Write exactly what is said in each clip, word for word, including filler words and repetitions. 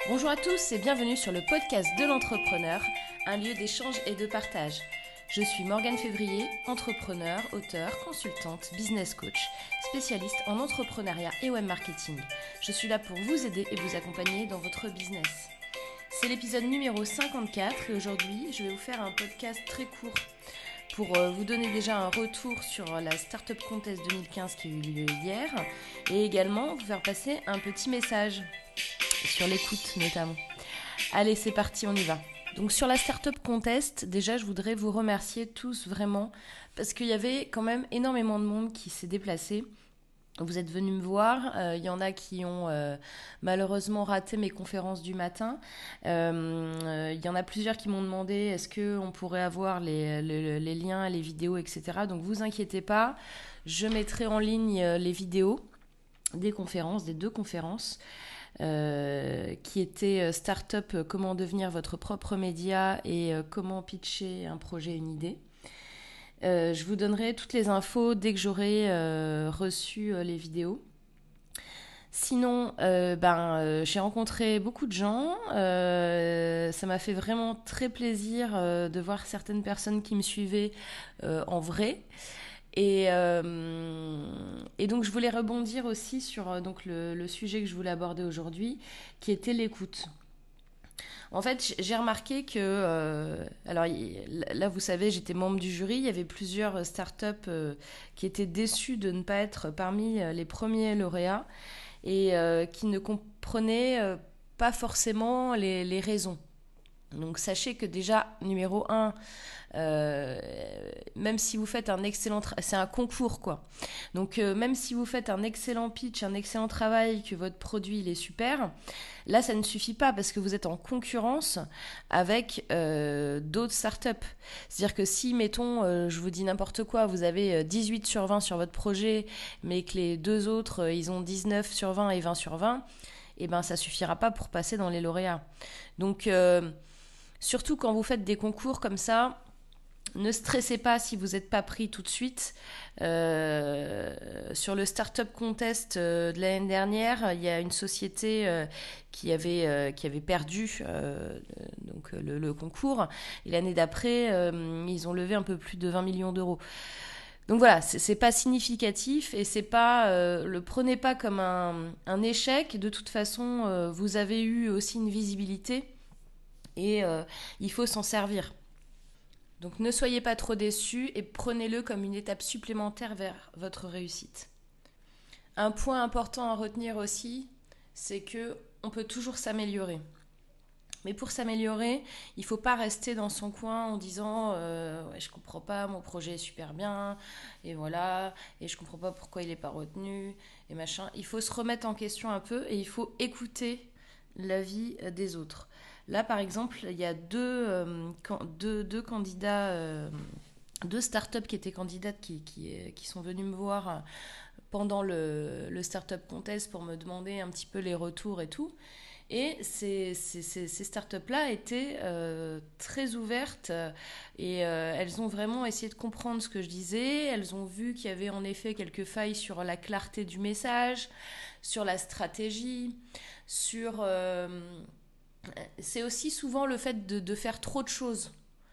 Bonjour à tous et bienvenue sur le podcast de l'entrepreneur, un lieu d'échange et de partage. Je suis Morgane Février, entrepreneur, auteure, consultante, business coach, spécialiste en entrepreneuriat et web marketing. Je suis là pour vous aider et vous accompagner dans votre business. C'est l'épisode numéro cinquante-quatre et aujourd'hui je vais vous faire un podcast très court pour vous donner déjà un retour sur la Startup Contest deux mille quinze qui a eu lieu hier et également vous faire passer un petit message sur l'écoute notamment. Allez, c'est parti, on y va. Donc sur la Startup Contest, déjà je voudrais vous remercier tous vraiment parce qu'il y avait quand même énormément de monde qui s'est déplacé. Vous êtes venus me voir, il euh, y en a qui ont euh, malheureusement raté mes conférences du matin. Il euh, euh, y en a plusieurs qui m'ont demandé est-ce qu'on pourrait avoir les, les, les liens, les vidéos, et cetera. Donc vous inquiétez pas, je mettrai en ligne les vidéos des conférences, des deux conférences. Euh, qui était Startup, euh, comment devenir votre propre média et euh, comment pitcher un projet, une idée. Euh, je vous donnerai toutes les infos dès que j'aurai euh, reçu euh, les vidéos. Sinon, euh, ben, euh, j'ai rencontré beaucoup de gens. Euh, ça m'a fait vraiment très plaisir euh, de voir certaines personnes qui me suivaient euh, en vrai. Et, euh, et donc je voulais rebondir aussi sur euh, donc le, le sujet que je voulais aborder aujourd'hui, qui était l'écoute. En fait, j'ai remarqué que, euh, alors là vous savez, j'étais membre du jury, il y avait plusieurs startups euh, qui étaient déçues de ne pas être parmi les premiers lauréats et euh, qui ne comprenaient euh, pas forcément les, les raisons. Donc sachez que déjà, numéro un, euh, même si vous faites un excellent tra- c'est un concours quoi. Donc euh, même si vous faites un excellent pitch, un excellent travail, que votre produit il est super, là ça ne suffit pas parce que vous êtes en concurrence avec euh, d'autres startups. C'est-à-dire que si mettons, euh, je vous dis n'importe quoi, vous avez dix-huit sur vingt sur votre projet, mais que les deux autres euh, ils ont dix-neuf sur vingt et vingt sur vingt, et ben ça suffira pas pour passer dans les lauréats. Donc euh, surtout quand vous faites des concours comme ça, ne stressez pas si vous n'êtes pas pris tout de suite. Euh, sur le Startup Contest euh, de l'année dernière, il y a une société euh, qui, avait, euh, qui avait perdu euh, donc, le, le concours. Et l'année d'après, euh, ils ont levé un peu plus de vingt millions d'euros. Donc voilà, c'est, c'est pas significatif et c'est pas, euh, le prenez pas comme un, un échec. De toute façon, euh, vous avez eu aussi une visibilité et euh, il faut s'en servir. Donc ne soyez pas trop déçus et prenez-le comme une étape supplémentaire vers votre réussite. Un point important à retenir aussi, c'est que on peut toujours s'améliorer. Mais pour s'améliorer, il ne faut pas rester dans son coin en disant euh, ouais, je comprends pas, mon projet est super bien, et voilà, et je comprends pas pourquoi il n'est pas retenu, et machin. Il faut se remettre en question un peu et il faut écouter l'avis des autres. Là, par exemple, il y a deux, euh, deux, deux candidats, euh, deux startups qui étaient candidates qui, qui, qui sont venus me voir pendant le, le Startup Contest pour me demander un petit peu les retours et tout. Et ces, ces, ces, ces startups-là étaient euh, très ouvertes et euh, elles ont vraiment essayé de comprendre ce que je disais. Elles ont vu qu'il y avait en effet quelques failles sur la clarté du message, sur la stratégie, sur... Euh, c'est aussi souvent le fait de, de faire trop de choses.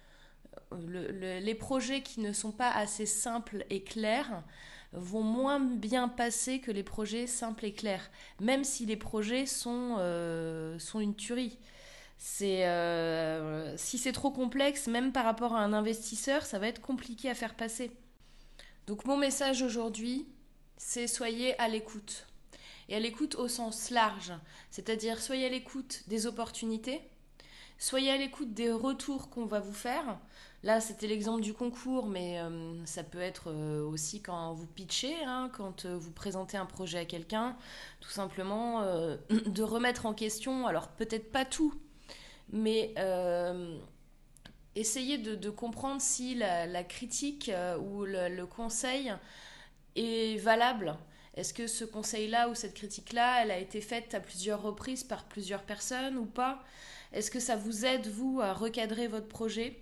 Le, le, les projets qui ne sont pas assez simples et clairs vont moins bien passer que les projets simples et clairs, même si les projets sont, euh, sont une tuerie. C'est, euh, si c'est trop complexe, même par rapport à un investisseur, ça va être compliqué à faire passer. Donc mon message aujourd'hui, c'est soyez à l'écoute. Et à l'écoute au sens large, c'est-à-dire soyez à l'écoute des opportunités, soyez à l'écoute des retours qu'on va vous faire. Là, c'était l'exemple du concours, mais euh, ça peut être euh, aussi quand vous pitchez, hein, quand euh, vous présentez un projet à quelqu'un, tout simplement euh, de remettre en question, alors peut-être pas tout, mais euh, essayez de, de comprendre si la, la critique euh, ou le, le conseil est valable. Est-ce que ce conseil-là ou cette critique-là, elle a été faite à plusieurs reprises par plusieurs personnes ou pas? Est-ce que ça vous aide, vous, à recadrer votre projet?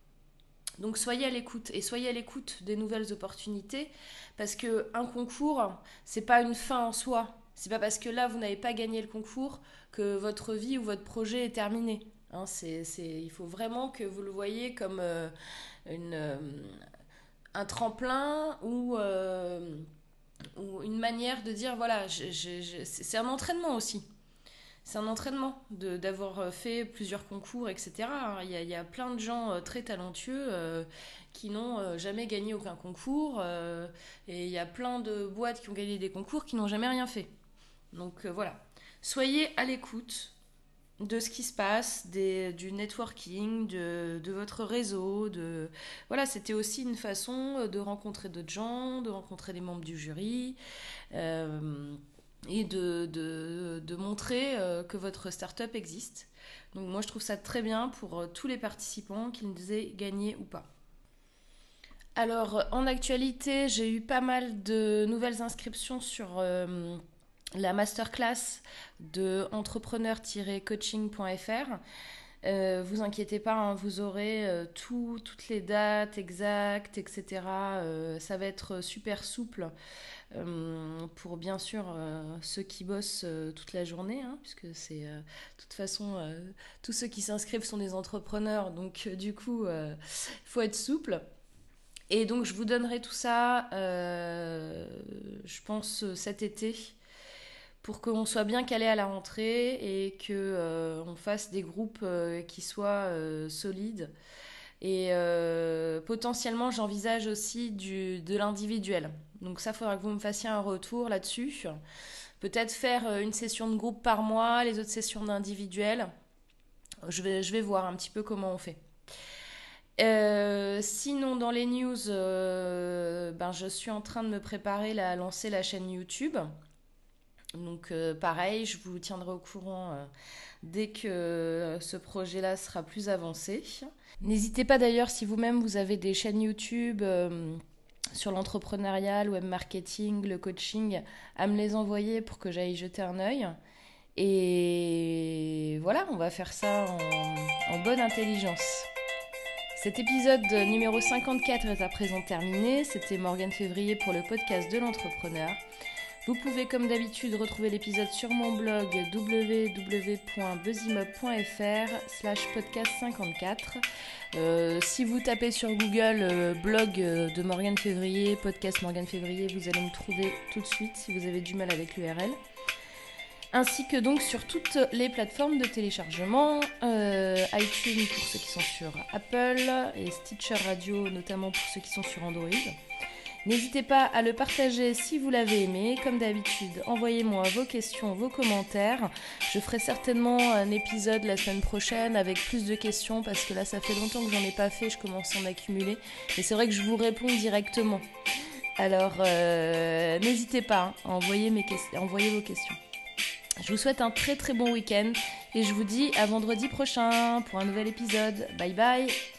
Donc soyez à l'écoute et soyez à l'écoute des nouvelles opportunités parce qu'un concours, c'est pas une fin en soi. C'est pas parce que là, vous n'avez pas gagné le concours que votre vie ou votre projet est terminé. Hein, c'est, c'est, il faut vraiment que vous le voyez comme euh, une, euh, un tremplin ou, euh, ou une manière de dire, voilà, je, je, je, c'est un entraînement aussi. C'est un entraînement de, d'avoir fait plusieurs concours, et cetera. Il y a, il y a plein de gens très talentueux euh, qui n'ont euh, jamais gagné aucun concours. Euh, et il y a plein de boîtes qui ont gagné des concours qui n'ont jamais rien fait. Donc euh, voilà. Soyez à l'écoute de ce qui se passe, des, du networking, de, de votre réseau. De... Voilà, c'était aussi une façon de rencontrer d'autres gens, de rencontrer des membres du jury. Euh, et de, de, de montrer euh, que votre start-up existe. Donc moi je trouve ça très bien pour euh, tous les participants, qu'ils aient gagné ou pas. Alors en actualité, j'ai eu pas mal de nouvelles inscriptions sur euh, la masterclass de entrepreneur tiret coaching point f r. Euh, vous inquiétez pas, hein, vous aurez euh, tout, toutes les dates exactes, et cetera. Euh, ça va être super souple euh, pour bien sûr euh, ceux qui bossent euh, toute la journée, hein, puisque c'est euh, de toute façon euh, tous ceux qui s'inscrivent sont des entrepreneurs, donc euh, du coup il euh, faut être souple. Et donc je vous donnerai tout ça, euh, je pense cet été, pour qu'on soit bien calé à la rentrée et qu'on euh, fasse des groupes euh, qui soient euh, solides. Et euh, potentiellement, j'envisage aussi du, de l'individuel. Donc ça, il faudra que vous me fassiez un retour là-dessus. Peut-être faire une session de groupe par mois, les autres sessions d'individuel. Je vais, je vais voir un petit peu comment on fait. Euh, sinon, dans les news, euh, ben, je suis en train de me préparer à lancer la chaîne YouTube. Donc euh, pareil, je vous tiendrai au courant euh, dès que euh, ce projet-là sera plus avancé. N'hésitez pas d'ailleurs, si vous-même vous avez des chaînes YouTube euh, sur l'entrepreneuriat, le web marketing, le coaching, à me les envoyer pour que j'aille jeter un œil. Et voilà, on va faire ça en, en bonne intelligence. Cet épisode numéro cinquante-quatre est à présent terminé. C'était Morgane Février pour le podcast de l'entrepreneur. Vous pouvez comme d'habitude retrouver l'épisode sur mon blog w w w point buzzimob point f r slash podcast cinquante-quatre. Euh, si vous tapez sur Google euh, blog euh, de Morgane Février, podcast Morgane Février, vous allez me trouver tout de suite si vous avez du mal avec l'U R L. Ainsi que donc sur toutes les plateformes de téléchargement, euh, iTunes pour ceux qui sont sur Apple et Stitcher Radio notamment pour ceux qui sont sur Android. N'hésitez pas à le partager si vous l'avez aimé. Comme d'habitude, envoyez-moi vos questions, vos commentaires. Je ferai certainement un épisode la semaine prochaine avec plus de questions parce que là, ça fait longtemps que j'en ai pas fait. Je commence à en accumuler. Et c'est vrai que je vous réponds directement. Alors, euh, n'hésitez pas à envoyer, mes que- à envoyer vos questions. Je vous souhaite un très très bon week-end et je vous dis à vendredi prochain pour un nouvel épisode. Bye bye!